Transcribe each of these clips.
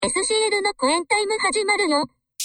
SCL のコエンタイム始まるよ。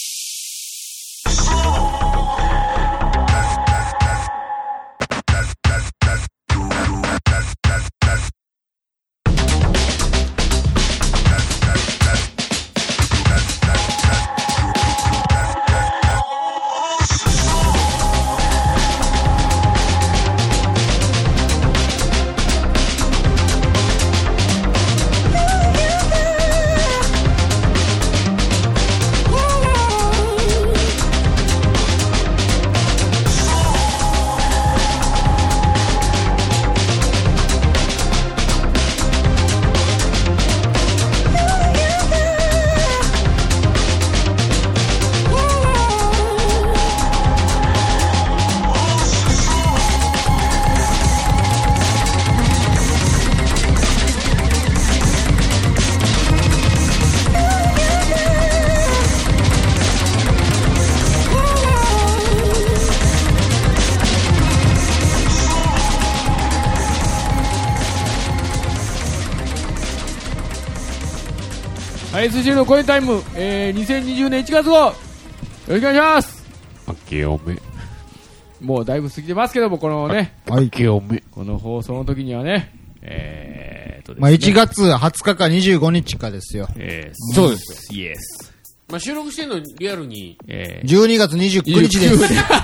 SCL のコエンタイム、2020年1月号よろしくお願いします。 あけおめもうだいぶ過ぎてますけども、このね、 あけおめこの放送の時にはね、 まあ1月20日か25日かですよ。 そうですよ。イエス。 まあ収録してんのリアルに、 12月29日です。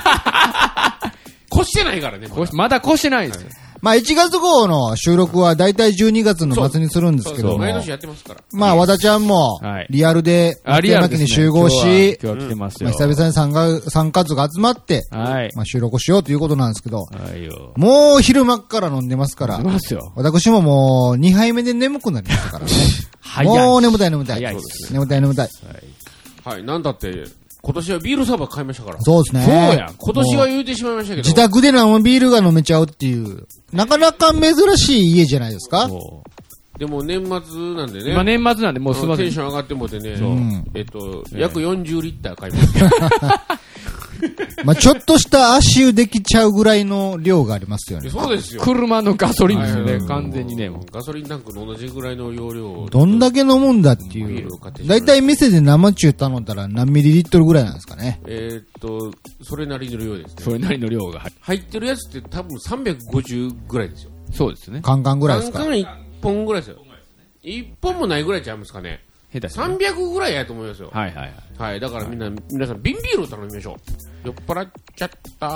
越してないからね。 まだ越してないですよ。 まあ1月号の収録はだいたい12月の末にするんですけども。 毎年やってますから。 まあ和田ちゃんもリアルで松山家に集合し、 今日は来てますよ。 久々に参加族が集まって、まあ収録しようということなんですけど、もう昼間から飲んでますから、私ももう2杯目で眠くなりましたからね。もう眠たい。眠たい。 はい、なんだって、今年はビールサーバー買いましたから。 そうですね。 そうや。今年は言うてしまいましたけど。 自宅で生ビールが飲めちゃうっていう、なかなか珍しい家じゃないですか。 でも年末なんでね。 今年末なんでもうすみません。 テンション上がってもってね。約40リッター買いました。 まあちょっとした足湯できちゃうぐらいの量がありますよね。 そうですよ。 車のガソリンですよね、完全にね。 ガソリンタンクの同じぐらいの容量。 どんだけ飲むんだっていう。だいたい店で生中頼んだら何ミリリットルぐらいなんですかね。 それなりの量ですね。 それなりの量が入ってるやつって多分350ぐらいですよ。 そうですね。 カンカンぐらいですか。 カンカン1本ぐらいですよ。1本もないぐらいちゃいますかね。300ぐらいやと思いますよ。はい。だから皆さん瓶ビールを頼みましょう。酔っ払っちゃった。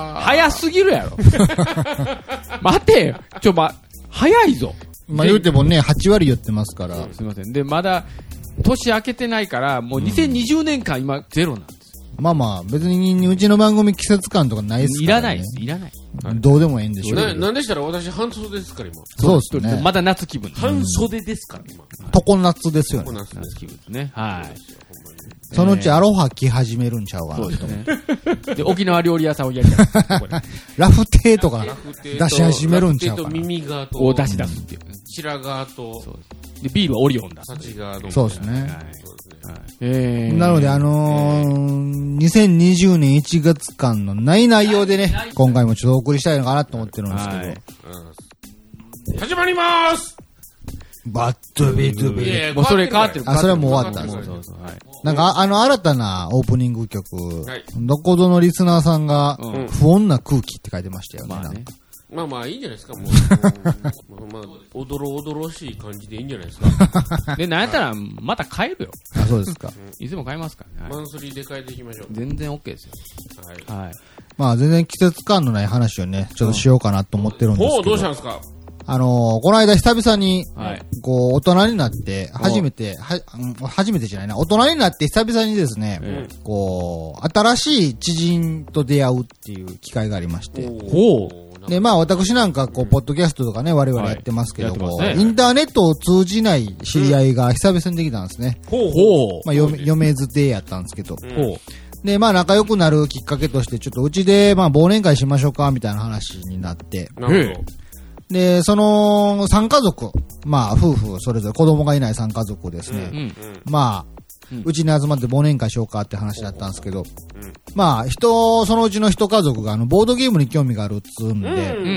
早すぎるやろ。待てよ。早いぞ。 まあ言うてもね、8割酔ってますから。 すみません。で、まだ、年明けてないから、もう2020年間今ゼロなんです。 まあまあ、別にうちの番組季節感とかないですからね。 いらない。 どうでもええんでしょう。 なんでしたら私半袖ですから今。 そうですね。 まだ夏気分。 半袖ですから今。 常夏ですよね。 夏気分ですね。はい。 そのうちアロハ着始めるんちゃうかな。 そうですね。で、沖縄料理屋さんをやりたい。 ラフテーとか出し始めるんちゃうかな。 ラフテーと耳側と。 を出し出すっていう。 白側と。 で、ビールはオリオンだ。 幸側の。 そうですね。なので、2020年1月間のない内容でね、今回もちょっとお送りしたいのかなと思ってるんですけど。始まりまーすバッドビートビー。 もうそれ変わってる。 あ、それはもう終わったんです。なんか、新たなオープニング曲、どこぞのリスナーさんが、不穏な空気って書いてましたよね。 まあいいんじゃないですか、もう。まあ、おどろしい感じでいいんじゃないですか。 で、なんやったら、また変えるよ。 あ、そうですか。 いつも変えますからね。 マンスリーで変えていきましょう。 全然 OK ですよ。 はい。 まあ全然季節感のない話をね、ちょっとしようかなと思ってるんですけど。 どうしたんですか？ この間久々に、こう、大人になって、初めてじゃないな、大人になって久々にですね、こう、新しい知人と出会うっていう機会がありまして。で、まあ私なんか、こう、ポッドキャストとかね、我々やってますけども、インターネットを通じない知り合いが久々にできたんですね。まあ、嫁づてやったんですけど。で、まあ仲良くなるきっかけとして、ちょっとうちで、まあ忘年会しましょうか、みたいな話になって。で、その3家族、まあ夫婦それぞれ子供がいない3家族ですね。まあ、うちに集まって忘年会しようかって話だったんですけど、まあそのうちの一家族がボードゲームに興味があるっつうんで、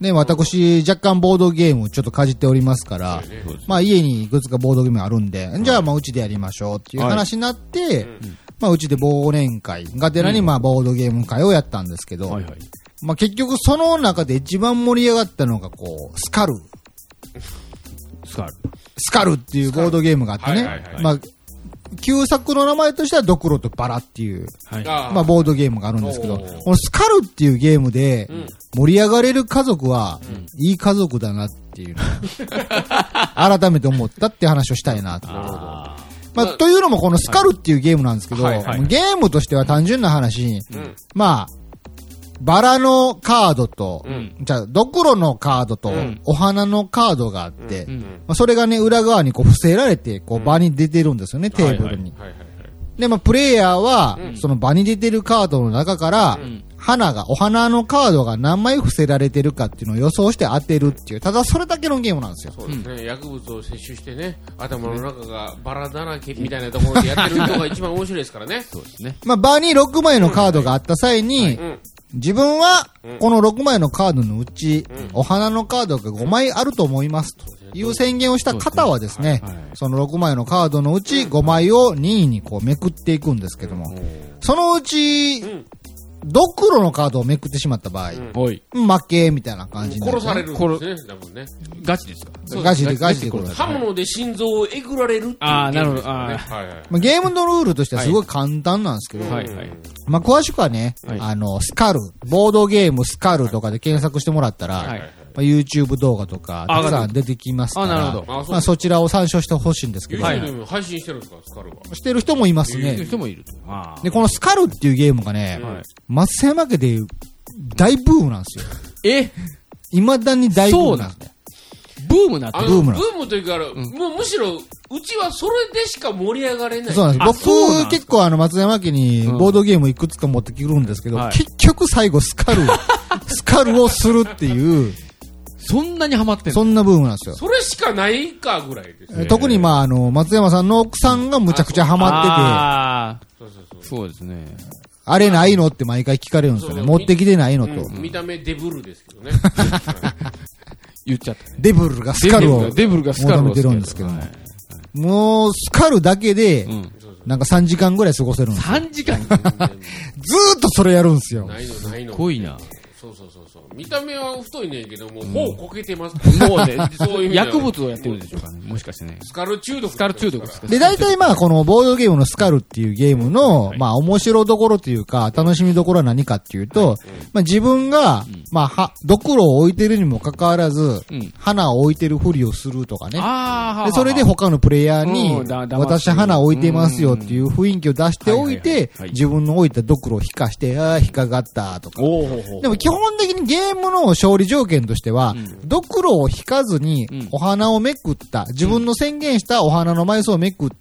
ね、私、若干ボードゲームをちょっとかじっておりますから、まあ家にいくつかボードゲームあるんで、じゃあまあうちでやりましょうっていう話になって、まあうちで忘年会がてらにまあボードゲーム会をやったんですけど、まあ結局その中で一番盛り上がったのがこう、スカルっていうボードゲームがあってね、まあ、旧作の名前としてはドクロとバラっていう、まあボードゲームがあるんですけど、このスカルっていうゲームで盛り上がれる家族は、いい家族だなっていうのを改めて思ったって話をしたいなと。まあ、というのもこのスカルっていうゲームなんですけど、ゲームとしては単純な話、まあ、バラのカードと、じゃあ、ドクロのカードと、お花のカードがあって、まあ、それがね、裏側にこう伏せられて、こう場に出てるんですよね、テーブルに。で、まあ、プレイヤーは、その場に出てるカードの中から、お花のカードが何枚伏せられてるかっていうのを予想して当てるっていう、ただそれだけのゲームなんですよ。 そうですね。薬物を摂取してね、頭の中がバラだらけみたいなところでやってる人が一番面白いですからね。そうですね。 まあ、場に6枚のカードがあった際に、自分は、この6枚のカードのうち、お花のカードが5枚あると思いますという宣言をした方はですね、その6枚のカードのうち5枚を任意にこうめくっていくんですけども、そのうち、ドクロのカードをめくってしまった場合、負けみたいな感じになる、 殺されるんですね、多分ね。 ガチですか？ ガチで殺される。 刃物で心臓をえぐられるっていう。 ああ、なるほど。 ゲームのルールとしてはすごい簡単なんですけど、まあ詳しくはね、スカル、ボードゲームスカルとかで検索してもらったら、YouTube 動画とかたくさん出てきますから、まあそちらを参照してほしいんですけど、 配信してるんですか、スカルは。 してる人もいますね。 人もいると。 で、このスカルっていうゲームがね、松山家で大ブームなんですよ。未だに大ブームなんですね。 ブームなってブームというか、もうむしろ、うちはそれでしか盛り上がれない。 そうなんです。僕、結構松山家にボードゲームいくつか持ってきるんですけど、結局最後スカルをするっていう、 そんなにハマってんの？ そんなブームなんですよ。 それしかないかぐらいですね。 特にまあ松山さんの奥さんがむちゃくちゃハマってて、そうですね。 あれないのって毎回聞かれるんですよね。持ってきてないのと。 見た目デブルですけどね。 言っちゃった。 デブルがスカルを求めてるんですけども。もう、スカルだけで、なんか3時間ぐらい過ごせるんですよ。 3時間ずーっとそれやるんですよ。 ないの。 すごいな。 そう。見た目は太いねんけども、頬こけてます。 もうね、そういう薬物をやってるんでしょうかね。もしかしてね。 スカル中毒ですか。 で、大体まあ、このボードゲームのスカルっていうゲームの、まあ、面白どころというか、楽しみどころは何かっていうと、まあ、自分が、まあ、ドクロを置いてるにもかかわらず、花を置いてるふりをするとかね。で、それで他のプレイヤーに、私花を置いてますよっていう雰囲気を出しておいて、自分の置いたドクロを引かして、引っかかったとか。でも基本的にゲームの勝利条件としては、ドクロを引かずにお花をめくった、自分の宣言したお花の枚数をめくって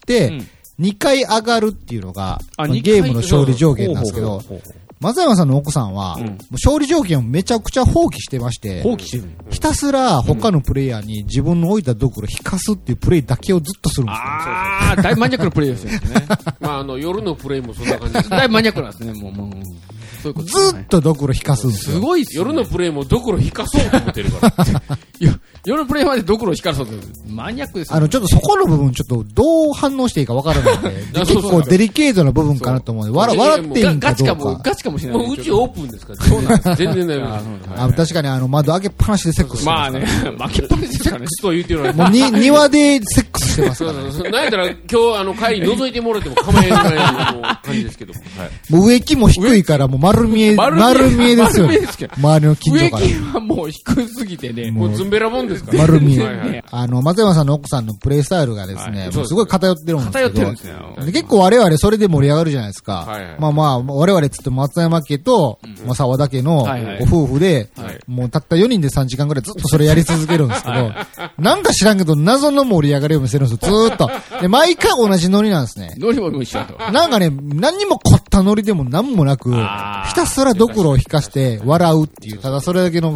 、2回上がるっていうのが、ゲームの勝利条件なんですけど、松山さんの奥さんは、勝利条件をめちゃくちゃ放棄してまして、ひたすら他のプレイヤーに自分の置いたドクロを引かすっていうプレイだけをずっとするんですよ。 ああ、大マニアックなプレイですよね。 まあ夜のプレイもそんな感じです。 大マニアックなんですね、もう。 ずっとドクロ引かすんですよ。 すごいっすね。 夜のプレイもドクロ引かそうと思ってるから。 夜のプレイまでドクロ引かそうと。マニアックですね。 ちょっとそこの部分ちょっとどう反応していいかわからないんで、結構デリケートな部分かなと思うんで、笑っていいんかどうか。 ガチかもしれない。 もううちオープンですから。そうなんです。全然大丈夫です。 確かに窓開けっぱなしでセックスしてます。 まあね、開けっぱなしですからね。 と言ってるのは。 もう庭でセックスしてますから。 なんやったら今日帰り覗いてもらっても構えない感じですけども。 もう植木も低いからもう丸見えですよね。周りの近所から。 植木はもう低すぎてね。 もうズンベラもんですから。 丸見え。松山さんの奥さんのプレイスタイルがですね、すごい偏ってるんですけど。 偏ってるんですよ。 結構我々それで盛り上がるじゃないですか。まあ、我々つって松山家と、沢田家のご夫婦で、もうたった4人で3時間ぐらいずっとそれやり続けるんですけど、なんか知らんけど謎の盛り上がりを見せるんですよ、ずーっと。で、毎回同じノリなんですね。 ノリも一緒だと。 なんかね、何にも凝ったノリでも何もなく、ひたすらドクロを引かして笑うっていう、ただそれだけのプ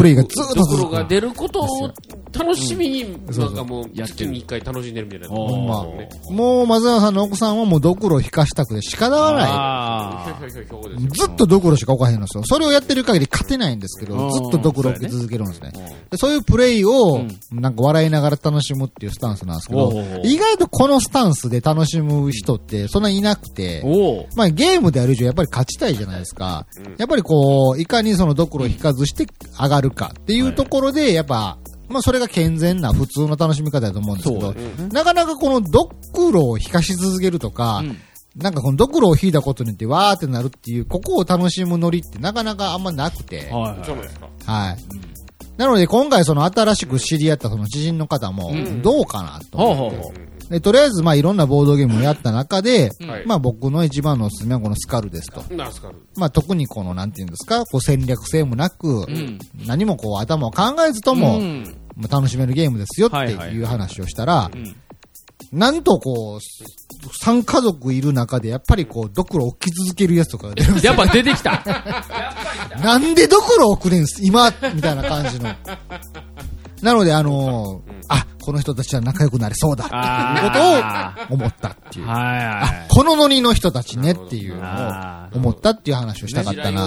プレイがずっと続く。 ドクロが出ることを楽しみに、なんかもう、月に1回楽しんでるみたいな。 もう、松永さんの奥さんはもうドクロを引かしたくて仕方がない。ずっとドクロしか置かへんのですよ。それをやってる限り勝てないんですけど、ずっとドクロを置き続けるんですね。そういうプレイを、なんか笑いながら楽しむっていうスタンスなんですけど、意外とこのスタンスで楽しむ人ってそんなにいなくて、まあゲームである以上やっぱり勝ちたいじゃないですか。やっぱりこう、いかにそのドクロを引かずして上がるかっていうところで、やっぱ、まあそれが健全な普通の楽しみ方だと思うんですけど、なかなかこのドクロを引かし続けるとか、なんかこのドクロを引いたことによってわーってなるっていう、ここを楽しむノリってなかなかあんまなくて。はい。なので今回その新しく知り合ったその知人の方も、どうかなと思って。でとりあえずまあいろんなボードゲームをやった中で、まあ僕の一番のおすすめはこのスカルですと。まあ特にこのなんていうんですか、こう戦略性もなく、何もこう頭を考えずとも、楽しめるゲームですよっていう話をしたら、なんとこう、3家族いる中でやっぱりこう、ドクロ置き続けるやつとかが出るんですよ。 やっぱ出てきた。 なんでドクロ置くねんす今みたいな感じの。なのでこの人たちは仲良くなれそうだっていうことを思ったっていう。このノリの人たちねっていうのを思ったっていう話をしたかったな。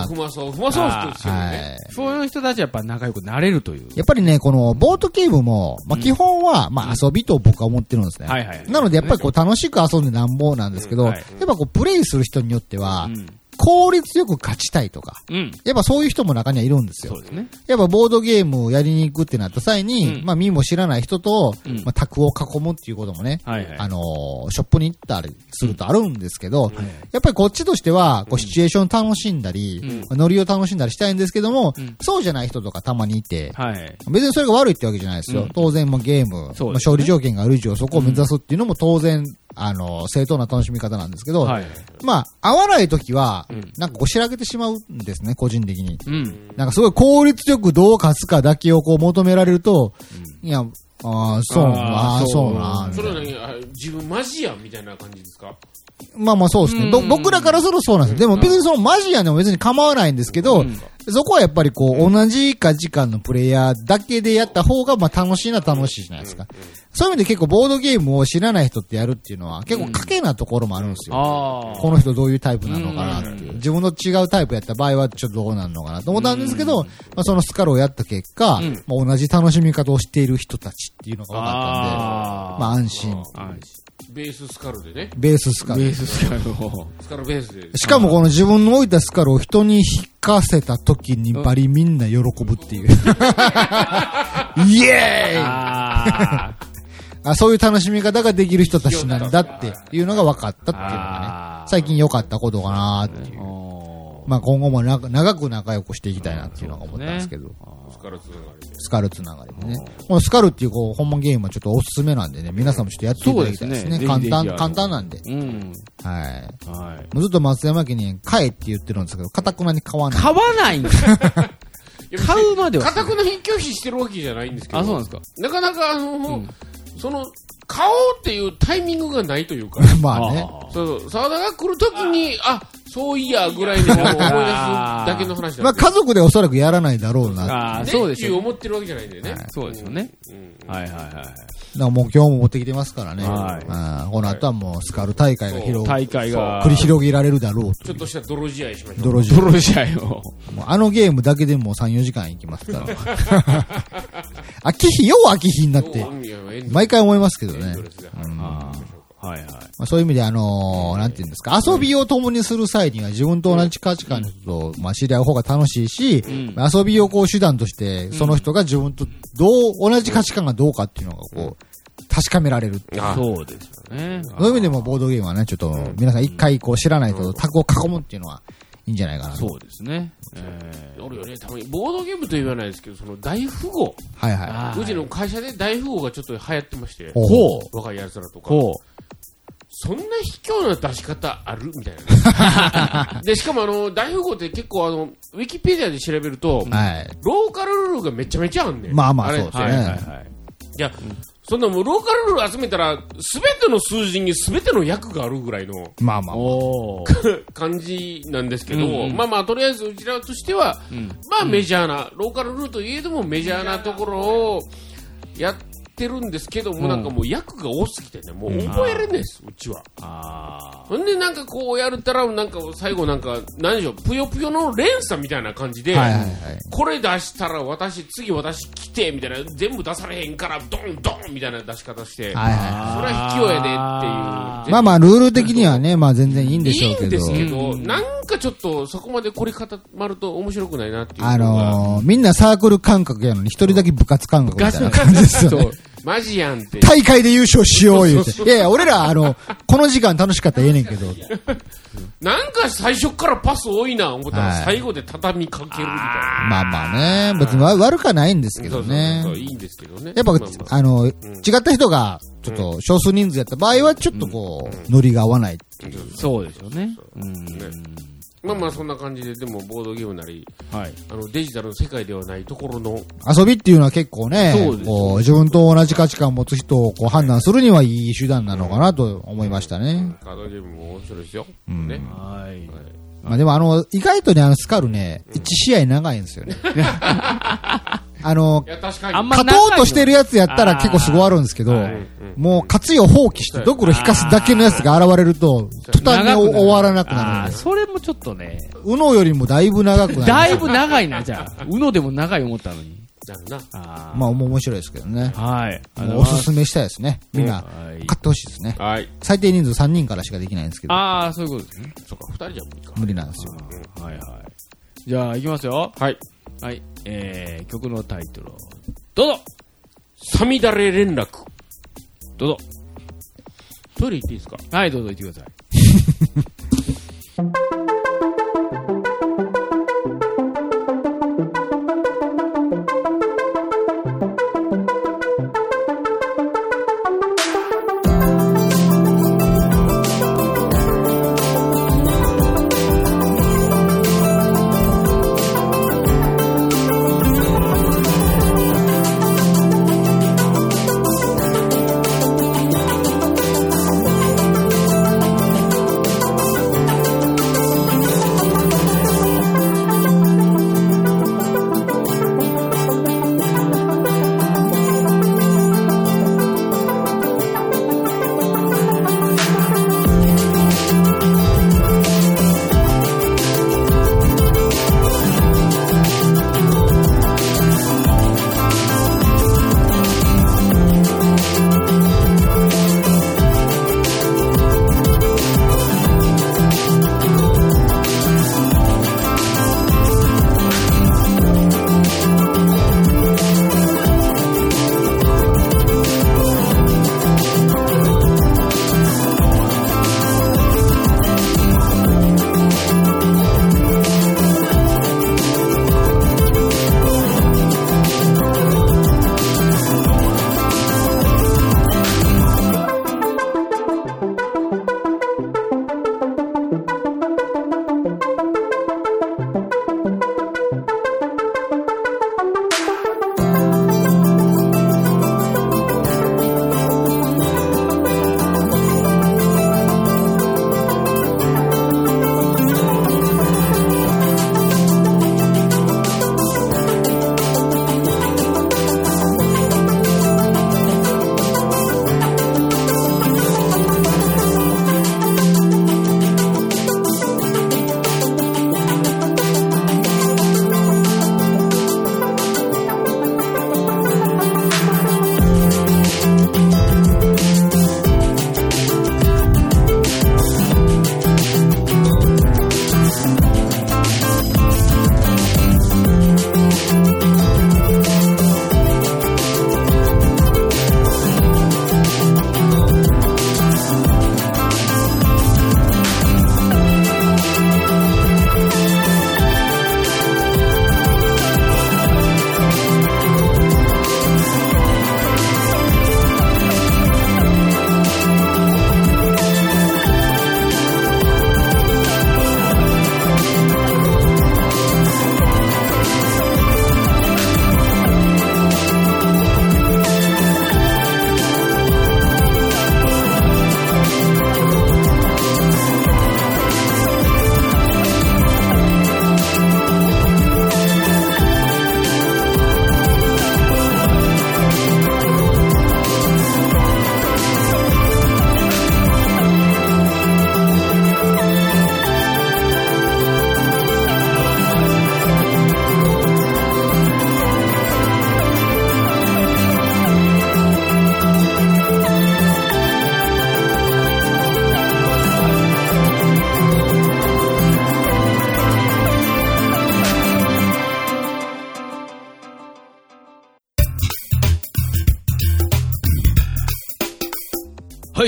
そういう人たちはやっぱ仲良くなれるという。 やっぱりね、このボードゲームも、まあ基本は、まあ遊びと僕は思ってるんですね。なのでやっぱりこう楽しく遊んでなんぼなんですけど、やっぱこうプレイする人によっては、効率よく勝ちたいとか、やっぱそういう人も中にはいるんですよ。そうですね。やっぱボードゲームをやりに行くってなった際に、まあ見も知らない人と、まあ卓を囲むっていうこともね、ショップに行ったりするとあるんですけど、やっぱりこっちとしては、こうシチュエーション楽しんだり、ノリを楽しんだりしたいんですけども、そうじゃない人とかたまにいて、別にそれが悪いってわけじゃないですよ。当然もゲーム、勝利条件がある以上そこを目指すっていうのも当然、正当な楽しみ方なんですけど、まあ、合わないときは、なんかこう、しらけてしまうんですね、個人的に。なんかすごい効率よくどう勝つかだけをこう求められると、いや、そうな。 それは自分マジやんみたいな感じですか？ まあまあそうですね。僕らからするとそうなんですよ。でも別にそのマジやでも別に構わないんですけど、そこはやっぱりこう、同じ価値観のプレイヤーだけでやった方が、まあ楽しいのは楽しいじゃないですか。そういう意味で結構ボードゲームを知らない人ってやるっていうのは結構賭けなところもあるんですよ。この人どういうタイプなのかなっていう。自分の違うタイプやった場合はちょっとどうなるのかなと思ったんですけど、まあそのスカルをやった結果、まあ同じ楽しみ方をしている人たちっていうのが分かったんで、まあ安心。 ベーススカルでね。 ベーススカル。 ベーススカルを。 スカルベースで。 しかもこの自分の置いたスカルを人に引かせた時にバリみんな喜ぶっていう。イエーイそういう楽しみ方ができる人たちなんだっていうのが分かったっていうのがね、最近良かったことかなっていう。まあ今後も長く仲良くしていきたいなっていうのが思ったんですけど。 スカルつながりで。 スカルつながりでね。このスカルっていうこう本番ゲームはちょっとおすすめなんでね、皆さんもちょっとやっていただきたいですね。簡単なんで。はい。もうずっと松山家に買えって言ってるんですけど、固くなに買わない。 買わないんだ。買うまでは。 固くなに拒否してるわけじゃないんですけど。 そうなんですか。 なかなか買おうっていうタイミングがないというか。 まあね。 そう、沢田が来るときに、そういや、ぐらいで思い出すだけの話だ。 まあ家族でおそらくやらないだろうな。 そうですよ。思ってるわけじゃないんだよね。 そうですよね。はい。だからもう今日も持ってきてますからね。この後はもうスカル大会が繰り広げられるだろうと。 ちょっとした泥試合しましょう。 泥試合を。 ゲームだけでも3、4時間いきますから。飽きひになって。毎回思いますけどね。そういう意味でなんていうんですか、遊びを共にする際には自分と同じ価値観の人と、知り合う方が楽しいし、遊びをこう手段として、その人が自分と同じ価値観がどうかっていうのがこう、確かめられるっていう。 そうですよね。 そういう意味でもボードゲームはね、ちょっと皆さん一回こう知らないとタグを囲むっていうのはいいんじゃないかな。 そうですね。 おるよね、たまに。ボードゲームと言わないですけど、その大富豪。うちの会社で大富豪がちょっと流行ってまして。若い奴らとか。そんな卑怯な出し方あるみたいな、ね。で、しかも大富豪って結構ウィキペディアで調べると、ローカルルールがめちゃめちゃあんねん。 まあそうですね。 いや、 そんなもうローカルルール集めたら、すべての数字にすべての役があるぐらいの、 まあまあ、 感じなんですけど、まあまあ、とりあえずうちらとしては、まあメジャーな、ローカルルールといえどもメジャーなところをやってるんですけども、なんかもう役が多すぎてね、もう覚えれんねんす、うちは。ほんでなんかこうやるたら、なんか最後なんか、何でしょう、ぷよぷよの連鎖みたいな感じで、これ出したら次私来て、みたいな、全部出されへんから、ドンドンみたいな出し方して、それは卑怯やでっていう。 まあまあ、ルール的にはね、まあ全然いいんでしょうけど。 いいんですけど、なんかちょっとそこまで凝り固まると面白くないなっていう。 みんなサークル感覚やのに、一人だけ部活感覚みたいな感じですよね。 マジやんって。 大会で優勝しよう言うて。いやいや、俺ら、この時間楽しかったらええねんけど。 なんか最初からパス多いな思ったら最後で畳みかけるみたいな。 まあまあね。別に悪くはないんですけどね。 そういいんですけどね。 やっぱ、違った人が、ちょっと少数人数やった場合は、ちょっとこう、ノリが合わないっていう。 そうですよね。 まあまあそんな感じで、でもボードゲームなり、デジタルの世界ではないところの遊びっていうのは結構ね、こう自分と同じ価値観を持つ人をこう判断するにはいい手段なのかなと思いましたね。 カードゲームも面白いですよ。ね。 まあでも意外とね、スカルね、1試合長いんですよね。勝とうとしてるやつやったら結構すごいあるんですけど、もう勝ちを放棄してドクロ引かすだけのやつが現れると、途端に終わらなくなるんで。 それもちょっとね。 UNO よりもだいぶ長くなる。 だいぶ長いな、じゃあ。UNO でも長い思ったのに。 まあ面白いですけどね。 はい。 おすすめしたいですね。みんな買ってほしいですね。最低人数3人からしかできないんですけど。 ああ、そういうことですね。 そうか、2人じゃ無理か。 無理なんですよ。 はいはい。じゃあ、いきますよ。 はい。 はい。曲のタイトルをどうぞ。 さみだれ連絡。 どうぞ。 トイレ行っていいですか？ はい、どうぞ行ってください。 、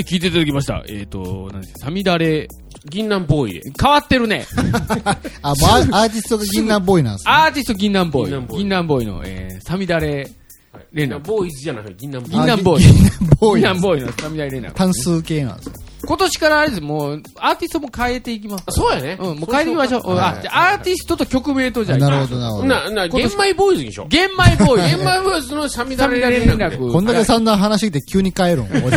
聞いていただきました。何ですか、サミダレ。 銀杏ボーイで。 変わってるね。 アーティストが銀杏ボーイなんですね。 アーティスト銀杏ボーイ。銀杏ボーイの、サミダレ連絡。 ボーイズじゃなくて銀杏ボーイ。 銀杏ボーイ。 銀杏ボーイ。 銀杏ボーイのサミダレ連絡。 単数形なんですよ。 今年からあれです、もう、アーティストも変えていきます。 そうやね。 うん、もう変えていきましょう。じゃあ、アーティストと曲名とじゃあ、 なるほど、なるほど。 玄米ボーイズでしょ。 玄米ボーイ。 玄米ボーイズのサミダレ連絡。 こんだけ散々話して急に帰るん。俺。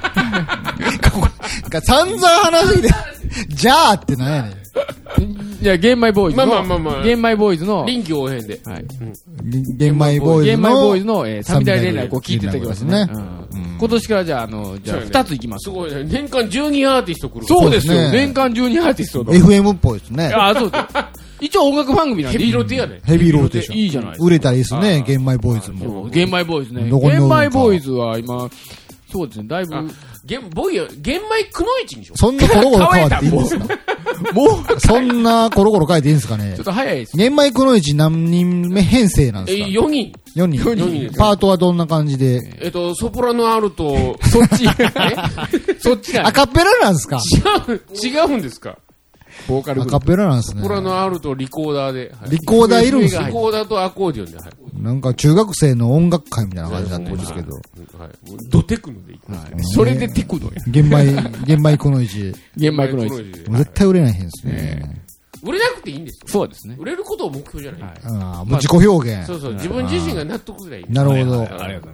散々話して、じゃあってなんやねん。 いや、玄米ボーイズの。 まあ。 玄米ボーイズの。 臨機応変で。 はい。玄米ボーイズの。 玄米ボーイズの、サミダレ連絡を聞いていただきますね。今年からじゃあ、じゃあ、2ついきます。 すごいね。年間12アーティスト来る。 そうですよ。年間12アーティストの。 FM っぽいですね。 あ、そうです。一応音楽番組なんで。 ヘビロテやね。 ヘビロテーション。 いいじゃない。 売れたらいいですね、玄米ボーイズも。 玄米ボーイズね。玄米ボーイズは今、そうですね、だいぶ。 玄米くのいちにしよう。 そんなコロコロ変わっていいんですか？ もう、 そんなコロコロ変えていいんですかね？ ちょっと早いです。 玄米くのいち何人目編成なんですか ？4人。 4人。パートはどんな感じで？ ソプラノアルト。 そっち。そっちだ。 アカペラなんですか？ 違うんですか？ ボーカルアカペラなんですね。 ソプラノアルト、リコーダーで。 リコーダーいるんですか？ リコーダーとアコーディオンで。 なんか中学生の音楽会みたいな感じになってるんですけど。 ドテクノでいく。 それでテクノや。 玄米くのいち。 玄米くのいち。 絶対売れないへんですね。 売れなくていいんですよ。 そうですね。 売れることを目標じゃない。 もう自己表現。 そう。自分自身が納得ぐらい。 なるほど。 ありがとうございます。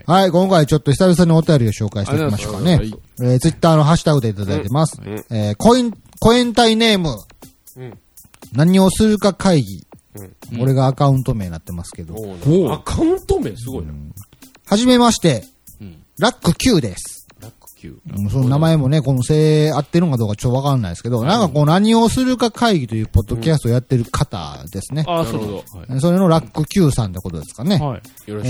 はい、今回ちょっと久々にお便りを紹介していきましょうかね。ツイッターのハッシュタグでいただいてます。コエンタイネーム。何をするか会議。俺がアカウント名になってますけど。 アカウント名すごいな。 はじめまして、ラック Q です。 ラック Q。 その名前もね、この合ってるのかどうかちょっとわかんないですけど、なんかこう何をするか会議というポッドキャストをやってる方ですね。 あ、そうだ。 それのラック Q さんってことですかね。 はい。 よろしく。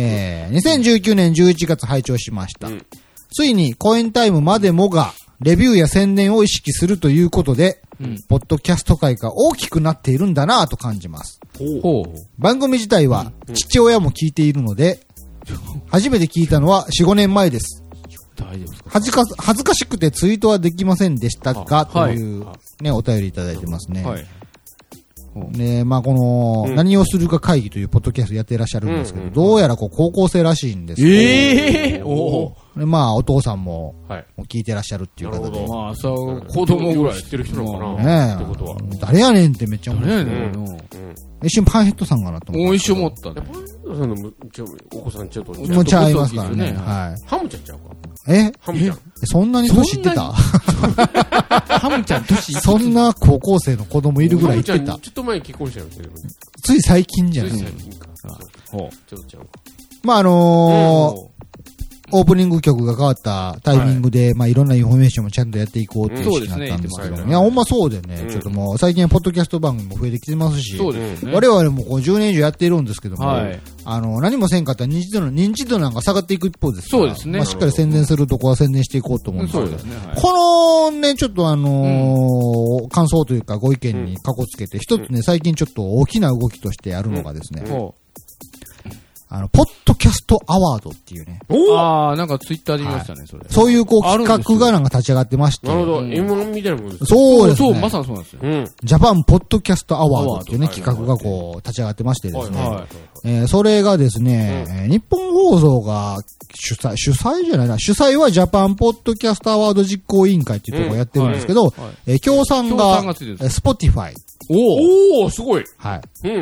2019年11月拝聴しました。ついにコエンタイムまでもが、レビューや宣伝を意識するということで、ポッドキャスト界が大きくなっているんだなぁと感じます。番組自体は父親も聞いているので、初めて聞いたのは 4,5 年前です。 大丈夫ですか？ 恥ずかしくてツイートはできませんでしたが、というね、お便りいただいてますね。ね、まあこの、何をするか会議というポッドキャストやっていらっしゃるんですけど、どうやらこう高校生らしいんですけど、まあお父さんも聞いてらっしゃるっていう方で。 まあそう、子供ぐらい知ってる人なのかなってことは。 誰やねんってめっちゃ思って。 誰やねん。 一瞬パンヘッドさんかなと思って。 一瞬思ったね。 パンヘッドさんのお子さんちょっと。 もうちゃいますからね。はい。 ハムちゃんちゃうか？ ハムちゃん。そんなに年いってた？ ハムちゃん年そんな高校生の子供いるぐらいいってた。 ちょっと前に結婚したよね。 つい最近じゃん。 つい最近か。ちょっとちゃうか。 まあオープニング曲が変わったタイミングで、まあいろんなインフォメーションもちゃんとやっていこうっていう話になったんですけど、いや、ほんまそうでね、ちょっともう最近ポッドキャスト番組も増えてきてますし、我々もこう10年以上やっているんですけども、何もせんかったら認知度なんか下がっていく一方ですから、そうですね。まあしっかり宣伝するとこは宣伝していこうと思うんですけど、このね、ちょっと感想というかご意見にかこつけて、一つね、最近ちょっと大きな動きとしてあるのがですね、ポッドキャストアワードっていうね。 ああ、なんかツイッターで見ましたね、それ。 そういうこう企画がなんか立ち上がってまして。 なるほど。M1 みたいなもんですね。 そうですね。 そう、まさにそうなんですよ。 ジャパンポッドキャストアワードっていうね、企画がこう立ち上がってましてですね。それがですね、日本放送が主催じゃないな。主催はジャパンポッドキャストアワード実行委員会っていうところをやってるんですけど、協賛がスポティファイ。 おー、すごい。 はい。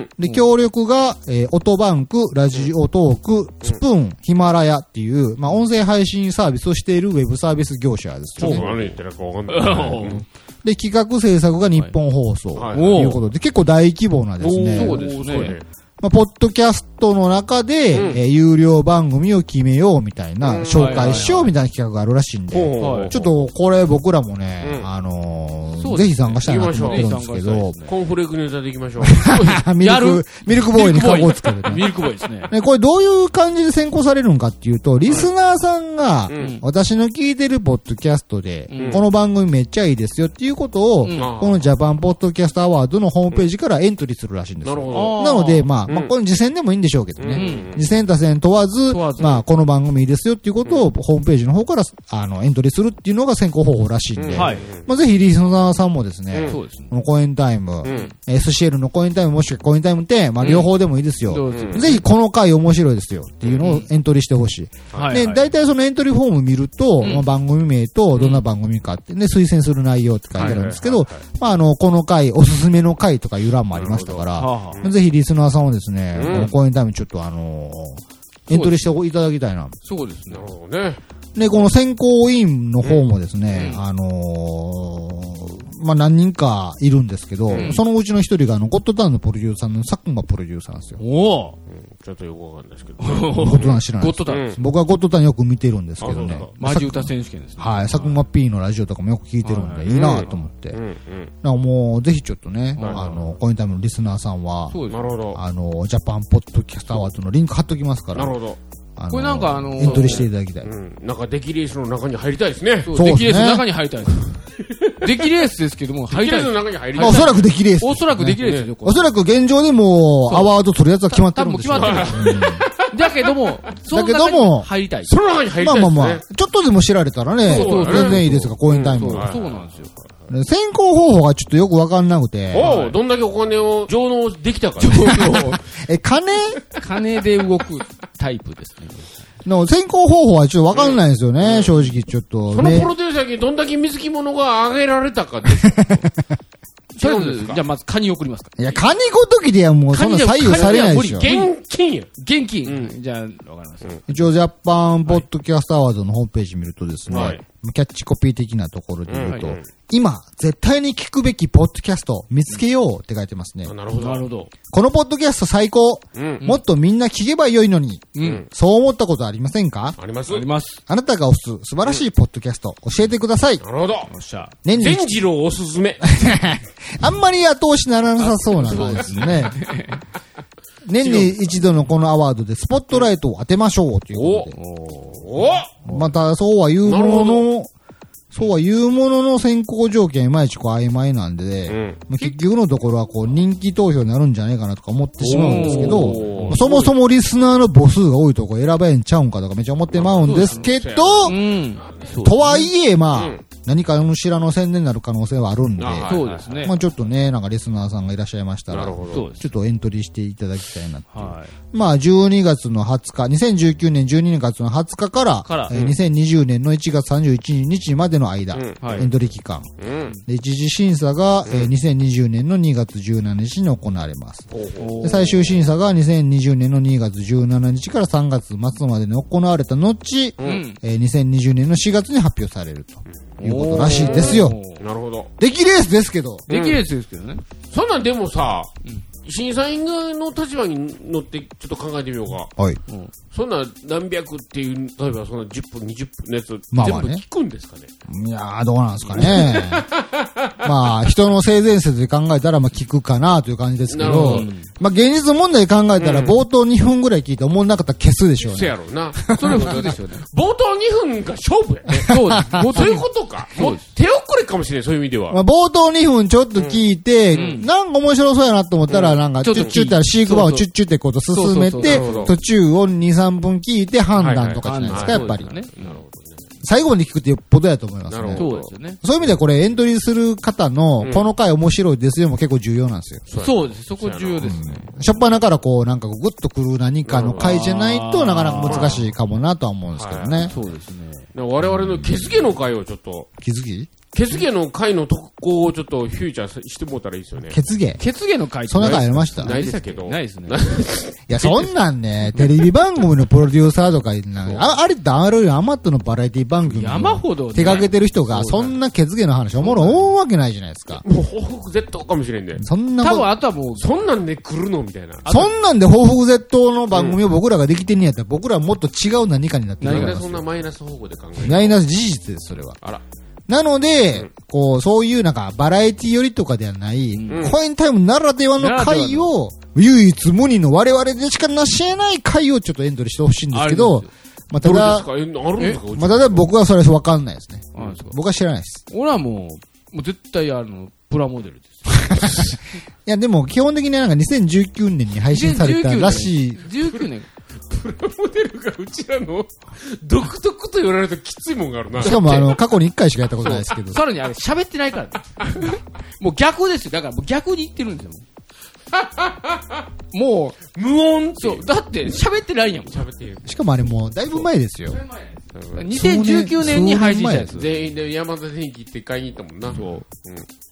で、協力が、オトバンク、ラジオトーク、スプーン、ヒマラヤっていう、まあ、音声配信サービスをしているウェブサービス業者ですよね。 そう、何言ってるかわかんない。 で、企画制作が日本放送ということで、結構大規模なですね。 そうですね。 まあ、ポッドキャストの中で、有料番組を決めようみたいな、紹介しようみたいな企画があるらしいんで、ちょっとこれ僕らもね、 ぜひ参加したいなと思ってるんですけど。 コーンフレークネタでいきましょう。 ミルクボーイにカゴをつける。 ミルクボーイですね。 これどういう感じで選考されるのかっていうと、リスナーさんが、私の聞いてるポッドキャストで、この番組めっちゃいいですよっていうことを、このジャパンポッドキャストアワードのホームページからエントリーするらしいんですよ。なので、まあ、この次戦でもいいんでしょうけどね。次戦他戦問わず、まあ、この番組いいですよっていうことを、ホームページの方から、エントリーするっていうのが選考方法らしいんで、まあ、ぜひリスナーさんもですね、このコエンタイム、SCL のコエンタイムもしくはコエンタイムって、まあ、両方でもいいですよ。ぜひこの回面白いですよっていうのをエントリーしてほしい。で、大体そのエントリーフォーム見ると、まあ、番組名とどんな番組かって、ね、推薦する内容って書いてあるんですけど、まあ、この回、おすすめの回とかいう欄もありましたから、ぜひリスナーさんはですね、このコエンタイムちょっとエントリーしていただきたいな。 そうですね。なるほどね。 で、この選考委員の方もですね、まあ、何人かいるんですけど、そのうちの一人がゴッドタウンのプロデューサーの佐久間プロデューサーなんですよ。 おちょっとよくわかんないですけど。 ゴッドタウン知らないです。 ゴッドタウンです。 僕はゴッドタウンよく見てるんですけどね。 マジ歌選手権ですね。 はい。佐久間 P のラジオとかもよく聞いてるんで、いいなと思って。だからもう、ぜひちょっとね、コインタイムのリスナーさんは、 なるほど。 ジャパンポッドキャストアワードのリンク貼っときますから。 なるほど。 これなんかエントリーしていただきたい。 なんかデキレースの中に入りたいですね。 そう、デキレースの中に入りたいです。デキレースですけども、入りたい。 デキレースの中に入りたい。 おそらくデキレース。 おそらくデキレースですよ。 おそらく現状でもアワード取るやつは決まってるんですよ。 多分決まってる。だけども、入りたい。 その中に入りたい。 まあまあまあ、ちょっとでも知られたらね、全然いいですが、公演タイム。 そうなんですよ。 選考方法がちょっとよくわかんなくて。 どんだけお金を上納できたか。 金で動くタイプですね。 選考方法はちょっとわかんないですよね、正直ちょっと。 そのプロデューサーにどんだけ水着物が上げられたかです。 とりあえず、じゃあまずカニ送りますか。 いや、カニごときではもうそんな左右されないでしょ。 現金や。 現金。じゃあ、わかります。 一応ジャパンポッドキャストアワードのホームページ見るとですね、キャッチコピー的なところで言うと、今、絶対に聞くべきポッドキャスト見つけようって書いてますね。 なるほど。なるほど。 このポッドキャスト最高。もっとみんな聞けばよいのに。そう思ったことありませんか？ あります。 あります。 あなたが推す素晴らしいポッドキャスト、教えてください。 なるほど。よっしゃ。 善次郎おすすめ。 あんまり後押しならなさそうなんですね。年に一度のこのアワードでスポットライトを当てましょうということで。また、そうは言うものの選考条件いまいち曖昧なんで、結局のところは人気投票になるんじゃないかなとか思ってしまうんですけど、そもそもリスナーの母数が多いとこ選べんちゃうんかとかめっちゃ思ってまうんですけど、とはいえ、まあ、何かのしらの宣伝になる可能性はあるんで、 そうですね。 まあちょっとね、なんかリスナーさんがいらっしゃいましたら、ちょっとエントリーしていただきたいなっていう。まあ12月の20日、2019年12月の20日から、2020年の1月31日までの間、エントリー期間。で一次審査が、2020年の2月17日に行われます。で最終審査が2020年の2月17日から3月末までに行われた後、2020年の4月に発表されると。いうことらしいですよ。 なるほど。 出来レースですけど。 出来レースですけどね。 そんなんでもさ、審査員の立場に乗ってちょっと考えてみようか。はい。そんな何百っていう、例えばその10分、20分のやつ、全部聞くんですかね。 いやー、どうなんですかね。まあ、人の性善説で考えたら、まあ、聞くかなという感じですけど、まあ、現実問題で考えたら、冒頭2分ぐらい聞いて思んなかったら消すでしょうね。 そうやろうな。 それは普通ですよね。 冒頭2分が勝負やね。そういうことか。もう手遅れかもしれない、そういう意味では。 まあ、冒頭2分ちょっと聞いて、なんか面白そうやなと思ったら、なんか、チュッチュってシークバーをチュッチュってこと進めて、途中を2、3分聞いて判断とかじゃないですか、やっぱり。最後まで聞くってよっぽどやと思いますね。 そうですよね。 そういう意味ではこれエントリーする方の、この回面白いですよも結構重要なんですよ。 そうです。そこ重要ですね。 しょっぱなからなんかグッとくる何かの回じゃないとなかなか難しいかもなとは思うんですけどね。 そうですね。 我々の気づけの回をちょっと。 気づき血芸の回の特攻をちょっとフューチャーしてもらったらいいですよね。 血芸の回そんな回ありましたないですけど。 ないですね。 いや、そんなんね、テレビ番組のプロデューサーとか、あれってあるよ、アマットのバラエティ番組山ほど手掛けてる人が、そんな血芸の話おもろ思うわけないじゃないですか。 もう報復絶倒かもしれんで。 そんな多分あとはもう、 そんなんで来るのみたいな。 そんなんで報復絶倒の番組を僕らができてんねやったら、僕らはもっと違う何かになってる。 なんでそんなマイナス方向で考える？ マイナス事実です、それは。 あら。 なので、こう、そういうなんか、バラエティ寄りとかではない、コインタイムならではの回を、唯一無二の我々でしかなし得ない回をちょっとエントリーしてほしいんですけど、まあ、ただ、まあ、ただ僕はそれわかんないですね。僕は知らないです。 俺はもう絶対プラモデルです。 いや、でも基本的になんか2019年に配信されたらしい。 19年。 プラモデルがうちらの独特と言われるときついもんがあるな。 しかも過去に1回しかやったことないですけど。 さらに喋ってないからね。もう逆ですよ。だからもう逆に言ってるんですよ。もう、無音そう。だって喋ってないんやもん。喋ってる。 しかもあれもうだいぶ前ですよ。 2019年に配信したやつ。 全員で山田電機って買いに行ったもんな。そう。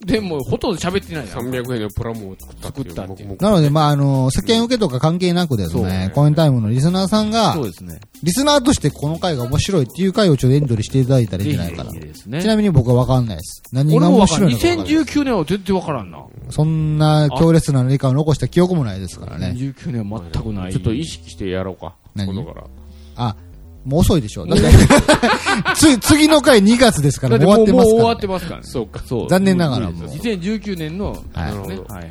でもほとんど喋ってないやん。 300円のプラモを作ったっていう。 なので、まあ、世間受けとか関係なくですね、コインタイムのリスナーさんが、 そうですね。 リスナーとしてこの回が面白いっていう回をちょっとエントリーしていただいたらいいんじゃないかな。ちなみに僕はわかんないです。何が面白いのか。 2019年は全然わからんな。 そんな強烈な理解を残した記憶もないですからね。 2019年は全くない。 ちょっと意識してやろうか。 何今度から。 あ、もう遅いでしょ。だって次の回2月ですから、終わってますから、ね。 もう終わってますからね。 そうか。 そう。残念ながらもう。 2019年の、 はい。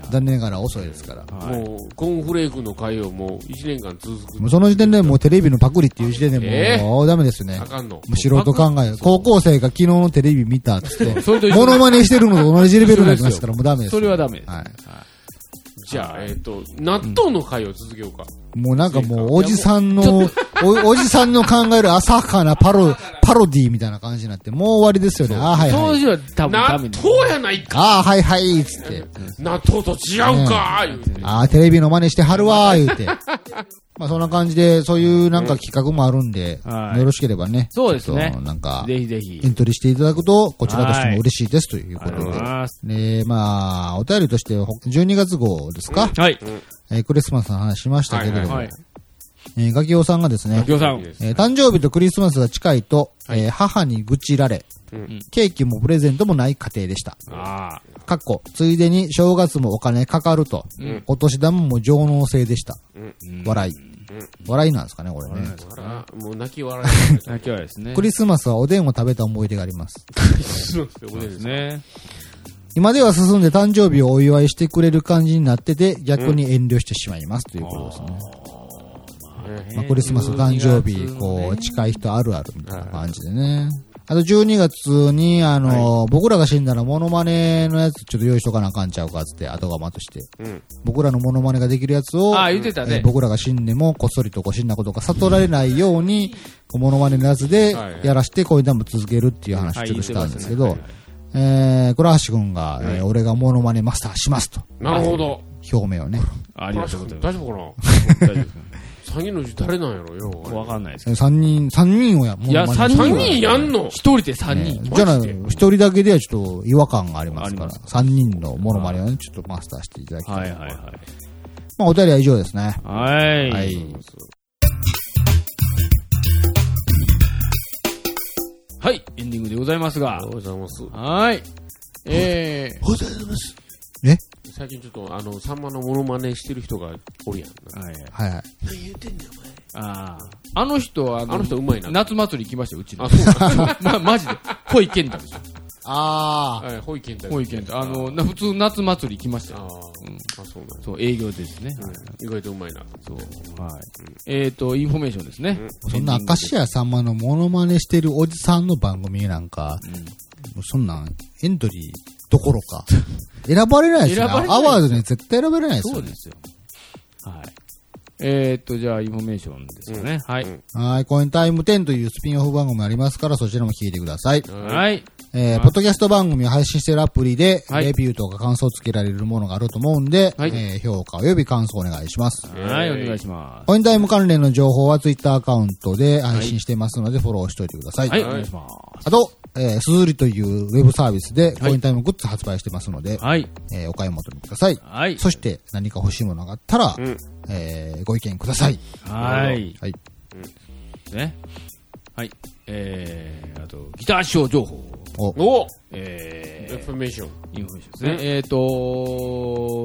残念ながら遅いですから。 もう、コーンフレークの回をもう1年間続く。 もうその時点でもうテレビのパクリっていう時点でもう、ダメですね。 あかんの。 もう素人考え。高校生が昨日のテレビ見たっつって、モノマネしてるのと同じレベルになりましたからもうダメです。 それはダメです。 はい。じゃあ、納豆の回を続けようか。 もうなんかもう、おじさんの考える浅はかなパロディみたいな感じになって、もう終わりですよね。ああ、はいはい。 当時は多分ダメ納豆やないか。 ああ、はいはい、つって。 納豆と違うか、言うて。 ああ、テレビの真似してはるわ、言うて。まあそんな感じで、そういうなんか企画もあるんで、よろしければね。 そうですね。 なんか、 ぜひぜひ。 エントリーしていただくと、こちらとしても嬉しいですということで。で、まあ、お便りとして12月号ですか？ はい。 クリスマスの話しましたけれども、ガキオさんがですね、誕生日とクリスマスが近いと、母に愚痴られ、ケーキもプレゼントもない家庭でした。かっこ、ついでに正月もお金かかると、お年玉も上納制でした。笑い。笑いなんですかね、これね。 もう泣き笑い。 泣き笑いですね。 クリスマスはおでんを食べた思い出があります。 そうですね。 今では進んで誕生日をお祝いしてくれる感じになってて、逆に遠慮してしまいますということですね。まあ、クリスマス誕生日、こう、近い人あるあるみたいな感じでね。あと12月に、僕らが死んだらモノマネのやつちょっと用意しとかなあかんちゃうかつって、後釜として。僕らのモノマネができるやつを、 言ってたね。 僕らが死んでもこっそりとこう死んだことが悟られないように、モノマネのやつでやらして、こういうのも続けるっていう話ちょっとしたんですけど、倉橋くんが、俺がモノマネマスターしますと。 なるほど。 表明をね。 ありがとうございます。大丈夫かな大丈夫3人のうち誰なんやろよ。 わかんないです。 3人をや、 いや、3人やんの ?1 人で3人。 じゃあ、1人だけではちょっと違和感がありますから、3人のモノマネをね、ちょっとマスターしていただきたい。はいはいはい。まあ、お便りは以上ですね。 はい。はい。はい、エンディングでございますが。 おはようございます。 はい。 おはようございます。 最近ちょっと、さんまのモノマネしてる人がおるやん。 はいはい。 何言ってんだよ、お前。 あの人は、 あの人うまいな。 夏祭り行きましたよ、うちの。 あ、そうマジで。ほいけんたでしょ。 ほいけんた。 ほいけんた。普通夏祭り行きましたよ。 そうなんそう、営業ですね。 意外とうまいな。 そう。はい。インフォメーションですね。 そんな明石家さんまのモノマネしてるおじさんの番組なんか、そんなんエントリーどころか。選ばれないですよ。アワードに絶対選ばれないですよ。 そうですよ。はい。じゃあ、インフォメーションですよね。はい。 はい。コインタイム10というスピンオフ番組ありますから、そちらも聞いてください。 はい。 ポッドキャスト番組を配信しているアプリで、レビューとか感想をつけられるものがあると思うんで、評価及び感想をお願いします。 はい、お願いします。 コインタイム関連の情報はツイッターアカウントで配信していますので、フォローしておいてください。 はい、お願いします。 あと、すずりというウェブサービスでコインタイムグッズ発売してますので、お買い求めください。はい。そして何か欲しいものがあったら、ご意見ください。 はい。はい。ね。はい。あと、ギターショー情報。 インフォメーション。 インフォメーションですね。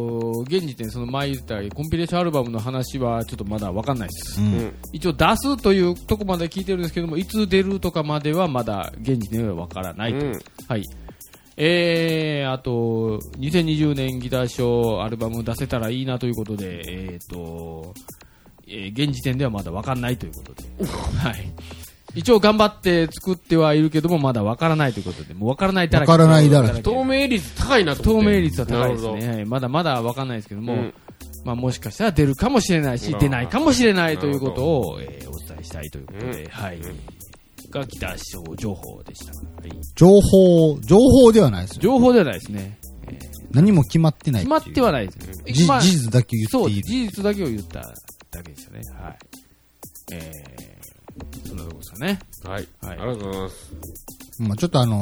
現時点、その前言ったコンピレーションアルバムの話はちょっとまだわかんないです。一応出すというとこまで聞いてるんですけども、いつ出るとかまではまだ現時点ではわからないと。はい。あと、2020年ギターショーアルバム出せたらいいなということで、現時点ではまだわかんないということで。はい。一応頑張って作ってはいるけども、まだわからないということで、もうわからないだらけ。 わからないだらけ。 透明率高いなと思って。 透明率は高いですね。はい、まだまだわかんないですけども、まあもしかしたら出るかもしれないし、出ないかもしれないということを、お伝えしたいということで、はい。がギターショー情報でした。はい、 情報ではないですよ。 情報ではないですね。 何も決まってない。 決まってはないです。 事実だけ言っている。 そう、事実だけを言っただけですよね。はい。そんなとこですかね。 はい。ありがとうございます。 まあちょっとはい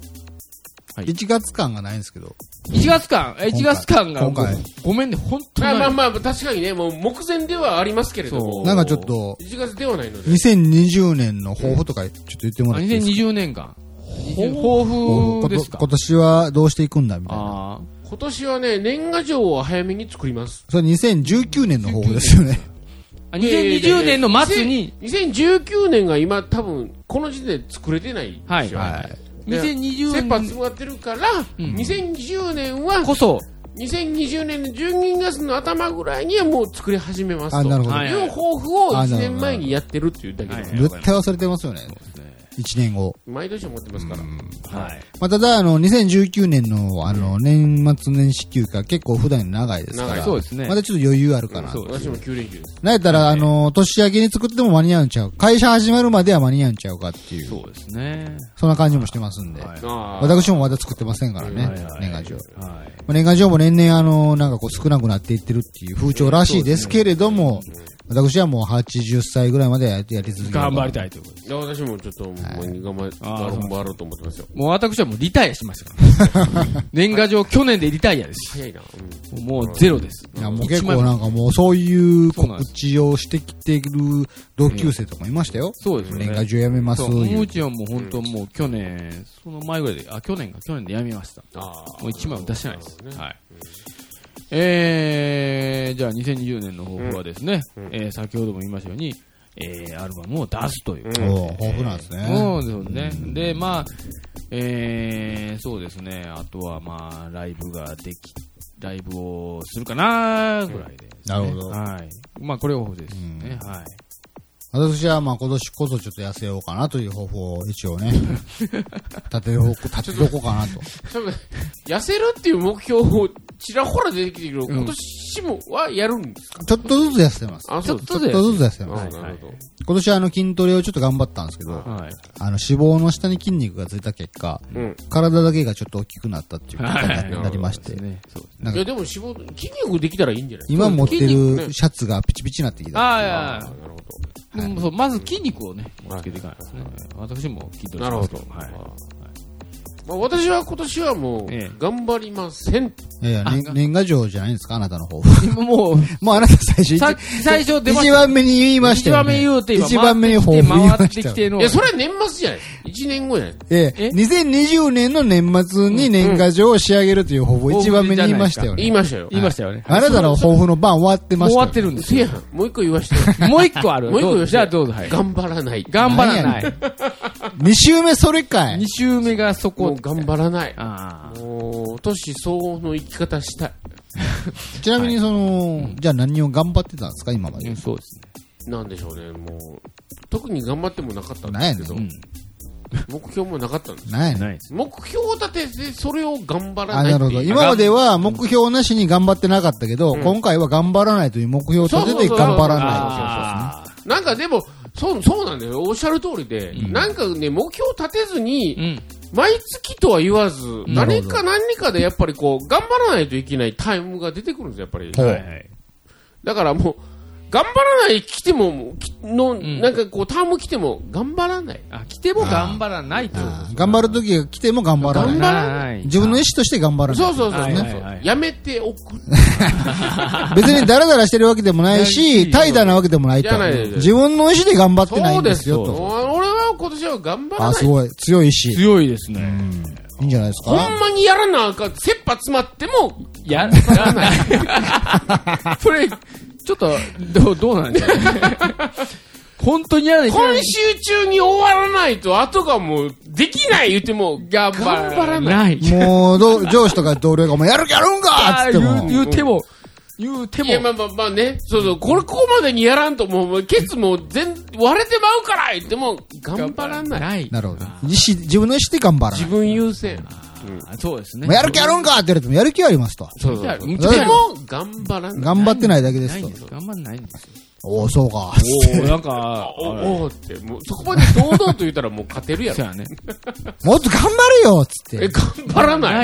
、1月感がないんですけど。 1月感が、 今回ごめんね、本当に。 まあ、確かにね、もう目前ではありますけれども。 なんかちょっと、 1月ではないので。 2020年の抱負とかちょっと言ってもらっていいですか？ 2020年間。抱負ですか？ 今年はどうしていくんだみたいな。 今年はね、年賀状を早めに作ります。 それ2019年の抱負ですよね。 2020年の末に。 2019年が今多分、この時点で作れてないんですよ。 はい。2020 年。切羽詰まってるから、2020年は、 こそ、 2020年の12月の頭ぐらいにはもう作り始めますと。 なるほど。 いう抱負を1年前にやってるっていうだけで。 絶対忘れてますよね。1年後。 毎年思ってますから。 はい。 まあ、ただ、2019年の、年末年始休暇結構普段より長いですから。 そうですね。 まだちょっと余裕あるかな。 そう、私も9連休です。 なんやったら、年明けに作っても間に合うんちゃう。会社始まるまでは間に合うんちゃうかっていう。 そうですね。 そんな感じもしてますんで。私もまだ作ってませんからね。年賀状。年賀状も年々なんかこう少なくなっていってるっていう風潮らしいですけれども、私はもう80歳ぐらいまでやり続ける。 頑張りたいということです。 私もちょっと、頑張ろうと思ってますよ。 もう私はもうリタイアしましたから。年賀状去年でリタイアです。 早いな。 もうゼロです。 いや、もう結構なんかもうそういう告知をしてきている同級生とかいましたよ。 そうですね。 年賀状やめます。 うちはもう本当もう去年、その前ぐらいで、去年でやめました。もう1枚も出してないです。はい。じゃあ2020年の抱負はですね、先ほども言いましたように、アルバムを出すという。 抱負なんですね。 そうですね。で、まあ、そうですね、あとはまあ、ライブをするかなぐらいで、ね。 なるほど。 はい。まあ、これが抱負ですね。はい。 私はまあ今年こそちょっと痩せようかなという抱負を一応ね、立てとこうかなと。 痩せるっていう目標をちらほら出てきてるけど、今年もはやるんですか？ ちょっとずつ痩せてます。 ちょっとずつ痩せてます。今年は筋トレをちょっと頑張ったんですけど、脂肪の下に筋肉がついた結果、体だけがちょっと大きくなったっていうことになりまして。 いやでも筋肉できたらいいんじゃない？ 今持ってるシャツがピチピチになってきた。 なるほど。 そうまず筋肉をね、つけていかないですね。私も筋トレしますけど。はい。 まあ、私は今年はもう、頑張りません。 いや、年賀状じゃないんですか、あなたの抱負。 もうあなた最初出ました。一番目に言いましたよ、ね。一番目に抱負言いましたよ。 いや、それは年末じゃない。1年後じゃない。 2020年の年末に年賀状を仕上げるという抱負を一番目に言いましたよね。 言いましたよ。 言いましたよね。 あなたの抱負の番終わってました。 終わってるんですよ。 もう一個言わして。 もう一個ある。 もう一個言わして。 じゃあどうぞ。 頑張らない。 頑張らない。 2週目それかい。 2週目がそこ。 頑張らない。もう、年相応の生き方したい。 ちなみにじゃあ何を頑張ってたんですか、今まで。 そうですね。なんでしょうね、もう、特に頑張ってもなかったんですけど、目標もなかったんです。 ない目標を立てて、それを頑張らない。 なるほど。今までは目標なしに頑張ってなかったけど、今回は頑張らないという目標を立てて頑張らない。 なんかでも、そうなんだよ。おっしゃる通りで、なんかね、目標を立てずに、毎月とは言わず、何かでやっぱりこう、頑張らないといけないタイムが出てくるんですよ、やっぱり。だからもう、頑張らない来ても、なんかこう、ターム来ても、頑張らない。 来ても頑張らないと。 頑張る時が来ても頑張らない。 頑張らない。 自分の意思として頑張らない。 そう。やめておく。 別にダラダラしてるわけでもないし、怠惰なわけでもないと。自分の意思で頑張ってないんですよ、と。 俺は今年は頑張らない。 すごい。強い意志。 強いですね。 いいんじゃないですか。 ほんまにやらなあかん、切羽詰まっても、 やらない。それ、ちょっと、どうなんですかね。本当にやらない。 今週中に終わらないと、後がもう、できない言っても、頑張らない。 もう、上司とか同僚がもうやるんかつっても。 言うても。いや、まあね。そう、ここまでにやらんと、もう、ケツも割れてまうから言っても、頑張らない。 なるほど。自分の意思で頑張らない。 自分優先。 そうですね。 やる気あるんかって言われても、やる気はありますと。 そう。でも、頑張らない。 頑張ってないだけですと。 頑張んないんですよ。 おー、そうか。 なんか、 おーって、もう、そこまで堂々と言ったらもう勝てるやろ。 そうやね。 もっと頑張れよつって。 頑張らない。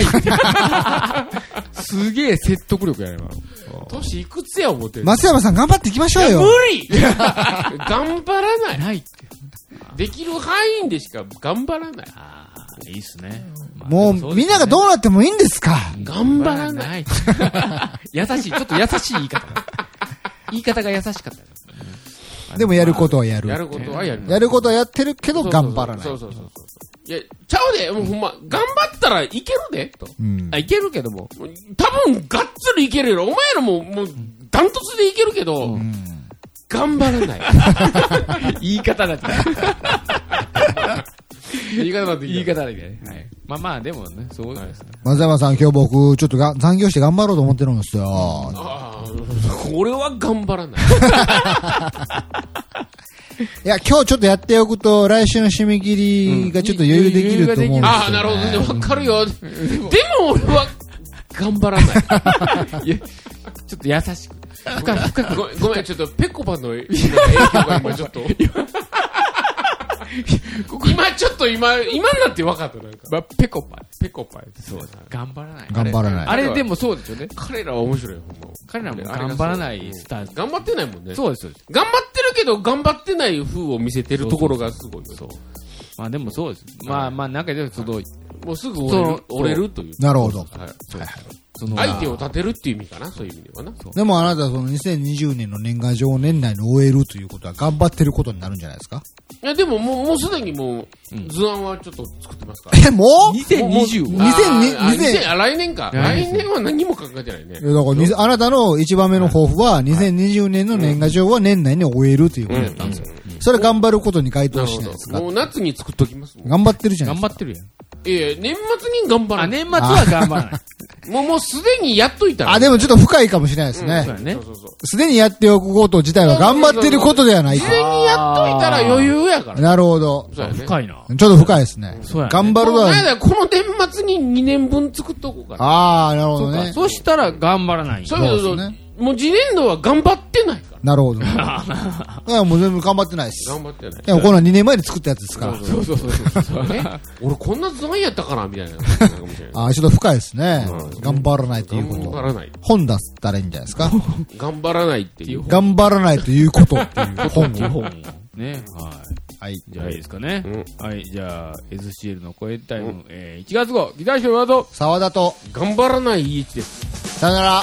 すげえ説得力やね、 年いくつや思ってる。 松山さん頑張っていきましょうよ。 無理頑張らない。できる範囲でしか頑張らない。 いいっすね。 もう、みんながどうなってもいいんですか。 頑張らない。 優しい、ちょっと優しい言い方。言い方が優しかった。 でもやることはやる。 やることはやる。 やることはやってるけど頑張らない。 そう。いや、ちゃうで、もうほんま、頑張ったらいけるで、と。 いけるけども。 多分、がっつりいけるよ。お前らも、もう、ダントツでいけるけど、頑張らない。 言い方だって。 言い方だって。 言い方だけね。はい。まあでもね、そうですね。 松山さん、今日僕、ちょっと残業して頑張ろうと思ってるんですよ。 俺は頑張らない。 いや、今日ちょっとやっておくと、来週の締め切りがちょっと余裕できると思うんですよ、ね。 ああ、なるほどね。わかるよ。でも俺は、頑張らない。 いや、ちょっと優しく。深く。 ごめん、ちょっと、ペコパの影響が今ちょっと。今ちょっと今になって分かった。なんかペコパ。 そうだ。 頑張らない。 頑張らない。 あれでもそうですよね。 彼らは面白い。 彼らも頑張らないスタイル。 頑張ってないもんね。 そうです。 頑張ってるけど、頑張ってない風を見せてるところがすごい。そう。 まあでもそうです。まあなんかでももうすぐ折れるという。 なるほど。 はい。相手を立てるっていう意味かな、そういう意味ではな。 でもあなたはその2020年の年賀状を年内に終えるということは頑張ってることになるんじゃないですか。 いや、でももうすでにもう、図案はちょっと作ってますから。 もう ?2020? 来年か。来年は何も考えてないね。 だからあなたの一番目の抱負は2020年の年賀状は年内に終えるということだったんですよ。それ頑張ることに該当しないですか。 もう夏に作っときます。 頑張ってるじゃないですか。 頑張ってるやん。 年末に頑張らない。 年末は頑張らない。 もうすでにやっといたら。 でもちょっと深いかもしれないですね。すでにやっておくこと自体は頑張ってることではない。 すでにやっといたら余裕やから。 なるほど。 深いな。 ちょっと深いですね。頑張るのは。 この年末に2年分作っとこうかな。 なるほどね。 そしたら頑張らない。 そうですね。もう次年度は頑張ってないから。 なるほど。いや、もう全部頑張ってないです。 頑張ってない。 いや、この2年前に作ったやつですから。 そう。 俺こんな図案やったかなみたいな。 ちょっと深いですね。頑張らないということ。 頑張らない。 本出したらいいんじゃないですか。 頑張らないっていう。 頑張らないということっていう本。 ね。はい。じゃあいいですかね。はい。じゃあ、SCL の声タイム、1月号、ギターショーワード、 沢田と、 頑張らない EH です。 さよなら。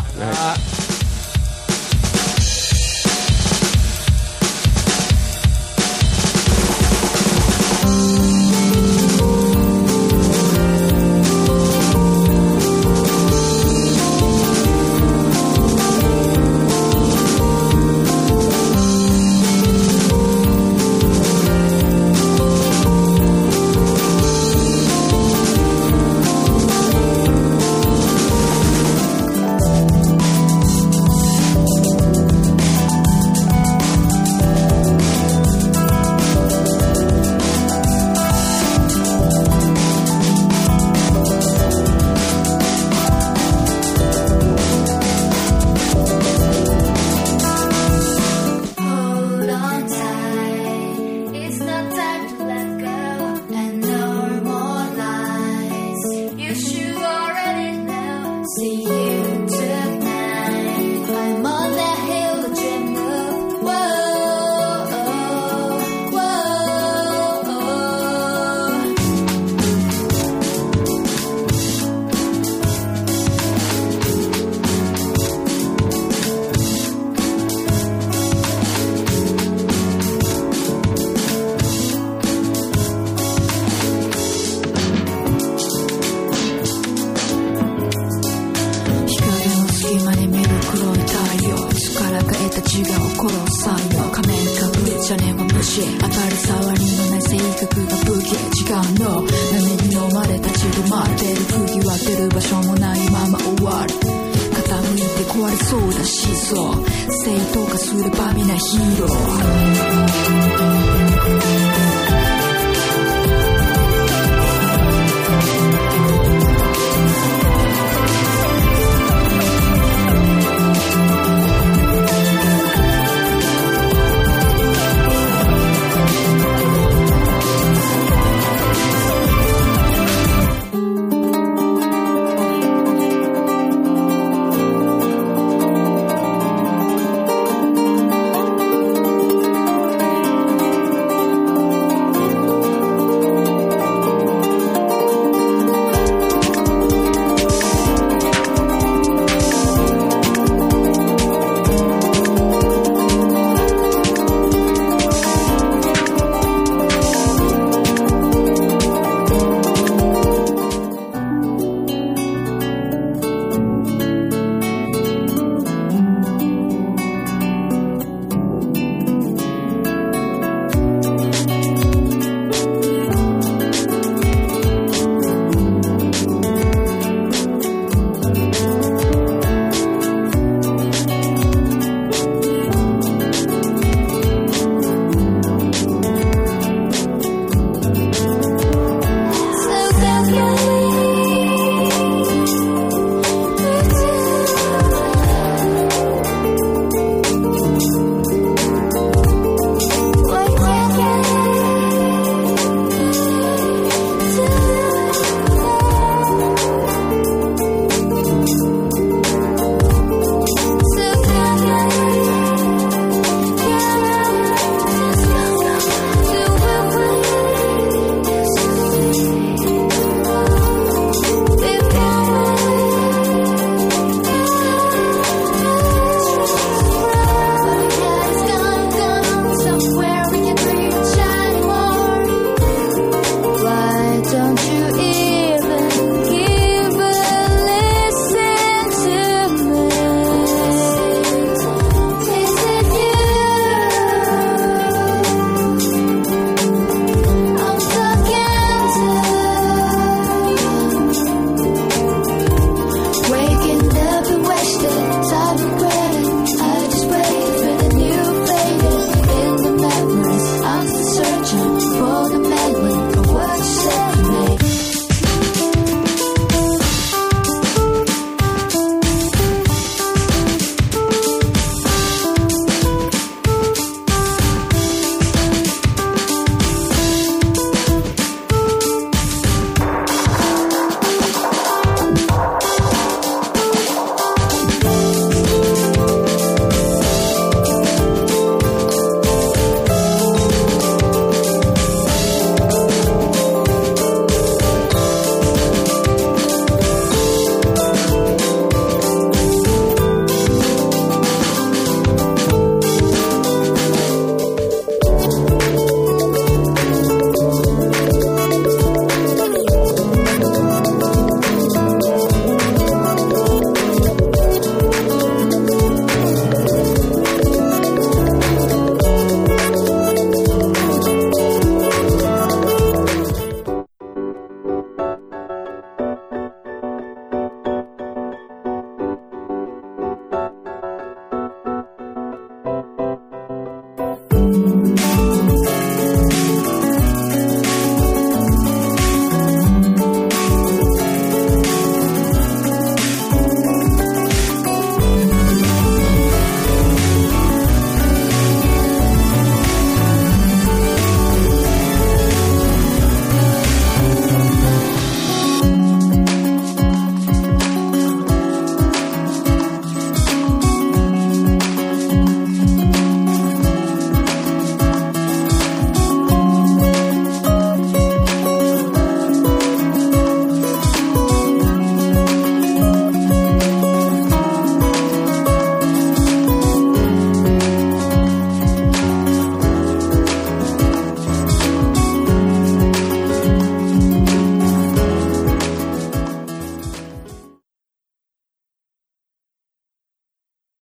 自我を殺さんよ仮面かぶっちゃねば無視当たり障りのない性格が武器時間の波に飲まれ立ち止まってる釘は出る場所もないまま終わる傾いて壊れそうだしそう正当化すれば皆ヒーロー